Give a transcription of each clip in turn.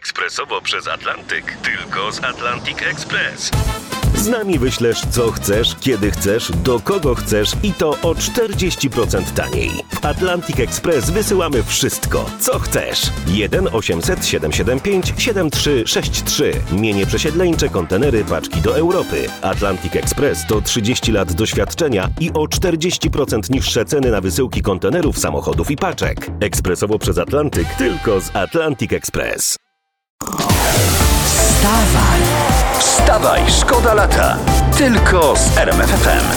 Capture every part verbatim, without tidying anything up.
Ekspresowo przez Atlantyk. Tylko z Atlantic Express. Z nami wyślesz co chcesz, kiedy chcesz, do kogo chcesz i to o czterdzieści procent taniej. W Atlantic Express wysyłamy wszystko, co chcesz. jeden osiemset siedemset siedemdziesiąt pięć siedemdziesiąt trzy sześćdziesiąt trzy. Mienie przesiedleńcze, kontenery, paczki do Europy. Atlantic Express to trzydzieści lat doświadczenia i o czterdzieści procent niższe ceny na wysyłki kontenerów, samochodów i paczek. Ekspresowo przez Atlantyk, tylko z Atlantic Express. Wstawaj! Wstawaj, szkoda lata! Tylko z R M F F M.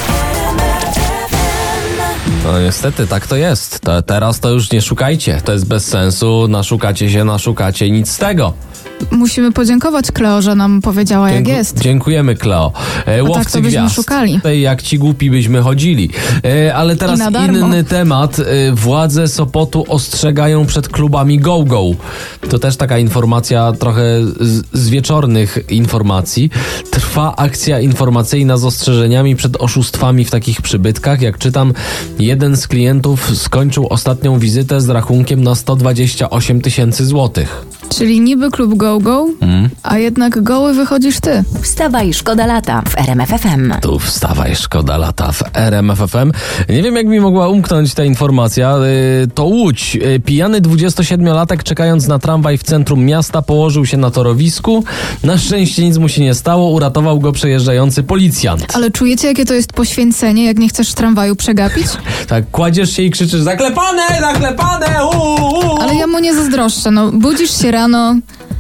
No niestety, tak to jest. To, teraz to już nie szukajcie. To jest bez sensu. Naszukacie się, naszukacie. Nic z tego. Musimy podziękować Kleo, że nam powiedziała, jak Dzięku- jest. Dziękujemy, Kleo. E, Bo łowcy tak to byśmy gwiazd. szukali. Tutaj jak ci głupi byśmy chodzili. E, ale teraz I na darmo. inny temat. E, władze Sopotu ostrzegają przed klubami go-go. To też taka informacja trochę z, z wieczornych informacji. Trwa akcja informacyjna z ostrzeżeniami przed oszustwami w takich przybytkach. Jak czytam, jeden z klientów skończył ostatnią wizytę z rachunkiem na sto dwadzieścia osiem tysięcy złotych. Czyli niby klub go-go, Mm. a jednak goły wychodzisz ty. Wstawaj, szkoda lata w R M F F M. Tu wstawaj, szkoda lata w R M F F M. Nie wiem, jak mi mogła umknąć ta informacja. Yy, to Łódź. Yy, pijany dwudziestosiedmiolatek, czekając na tramwaj w centrum miasta, położył się na torowisku. Na szczęście nic mu się nie stało. Uratował go przejeżdżający policjant. Ale czujecie, jakie to jest poświęcenie, jak nie chcesz tramwaju przegapić? Tak, kładziesz się i krzyczysz: zaklepane, zaklepane! Uu, uu. Ale ja mu nie zazdroszczę, no. Budzisz się rano.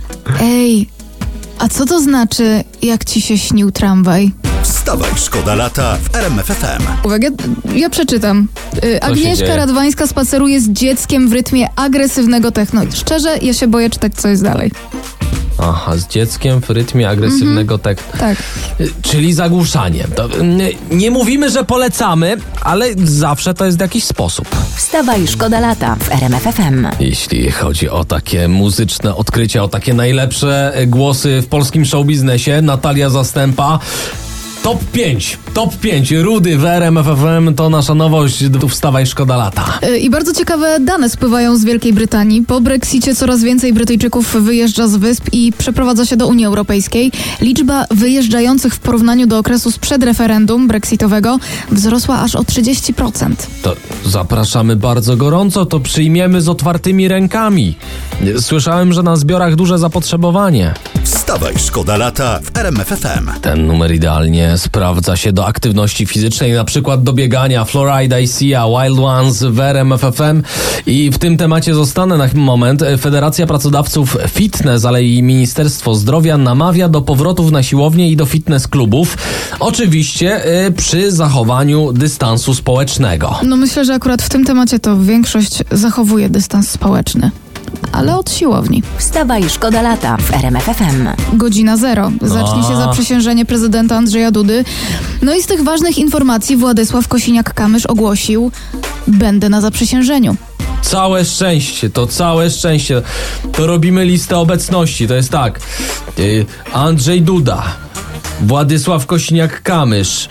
Ej, a co to znaczy, jak ci się śnił tramwaj? Wstawaj, szkoda lata w R M F F M. Uwaga, ja przeczytam. Y, się Agnieszka dzieje? Radwańska spaceruje z dzieckiem w rytmie agresywnego techno. Szczerze, ja się boję czytać, co jest dalej. Aha, z dzieckiem w rytmie agresywnego tekstu. Tak. Y, Czyli zagłuszanie. To, y, nie mówimy, że polecamy, ale zawsze to jest jakiś sposób. Wstawaj, szkoda lata w R M F F M. Jeśli chodzi o takie muzyczne odkrycia, o takie najlepsze głosy w polskim showbiznesie, Natalia Zastępa. Top pięć, top pięć, Rudy w R M F F M to nasza nowość, tu wstawaj, szkoda lata. Y, I bardzo ciekawe dane spływają z Wielkiej Brytanii. Po Brexicie coraz więcej Brytyjczyków wyjeżdża z wysp i przeprowadza się do Unii Europejskiej. Liczba wyjeżdżających w porównaniu do okresu sprzed referendum brexitowego wzrosła aż o trzydzieści procent. To zapraszamy bardzo gorąco, to przyjmiemy z otwartymi rękami. Słyszałem, że na zbiorach duże zapotrzebowanie. Wstawaj, szkoda lata w R M F F M. Ten numer idealnie sprawdza się do aktywności fizycznej, na przykład do biegania. Florida i Sia, Wild Ones w R M F F M. I w tym temacie zostanę na moment. Federacja Pracodawców Fitness, ale i Ministerstwo Zdrowia namawia do powrotów na siłownię i do fitness klubów. Oczywiście y, przy zachowaniu dystansu społecznego. No myślę, że akurat w tym temacie to większość zachowuje dystans społeczny. Ale od siłowni. Wstawaj, szkoda lata w R M F F M. Godzina zero. Zacznie się A. zaprzysiężenie prezydenta Andrzeja Dudy. No i z tych ważnych informacji Władysław Kosiniak-Kamysz ogłosił: będę na zaprzysiężeniu. Całe szczęście, to całe szczęście. To robimy listę obecności. To jest tak. y, Andrzej Duda, Władysław Kosiniak-Kamysz.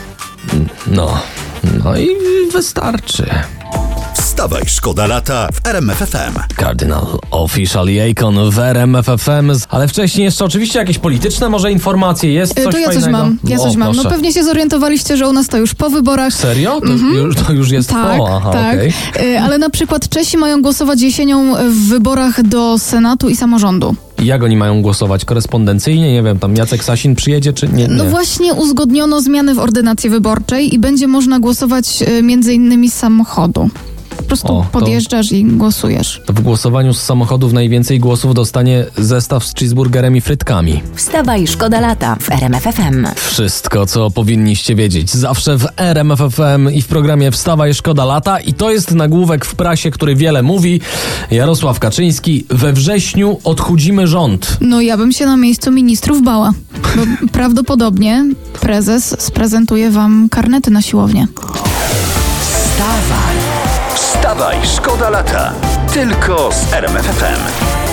No, no i wystarczy. Wstawaj, szkoda lata w R M F F M. Cardinal Official Icon w R M F F M. Ale wcześniej jeszcze oczywiście jakieś polityczne może informacje. Jest Y, coś to ja fajnego? coś mam. Ja O, coś mam. No proszę. pewnie się zorientowaliście, że u nas to już po wyborach. Serio? To, już, to już jest Tak, po? Aha, tak. okej. Y, Ale na przykład Czesi mają głosować jesienią w wyborach do Senatu i samorządu. I jak oni mają głosować? Korespondencyjnie? Nie wiem, tam Jacek Sasin przyjedzie, czy nie? No nie. właśnie uzgodniono zmiany w ordynacji wyborczej i będzie można głosować y, między innymi z samochodu. Po prostu O, to- podjeżdżasz i głosujesz. To w głosowaniu z samochodów najwięcej głosów dostanie zestaw z cheeseburgerem i frytkami. Wstawaj, szkoda lata w R M F F M. Wszystko, co powinniście wiedzieć. Zawsze w R M F F M i w programie Wstawaj, szkoda lata. I to jest nagłówek w prasie, który wiele mówi. Jarosław Kaczyński: we wrześniu odchudzimy rząd. No ja bym się na miejscu ministrów bała, bo prawdopodobnie prezes sprezentuje wam karnety na siłownię. Wstawaj, wstawaj, szkoda lata. Tylko z R M F F M.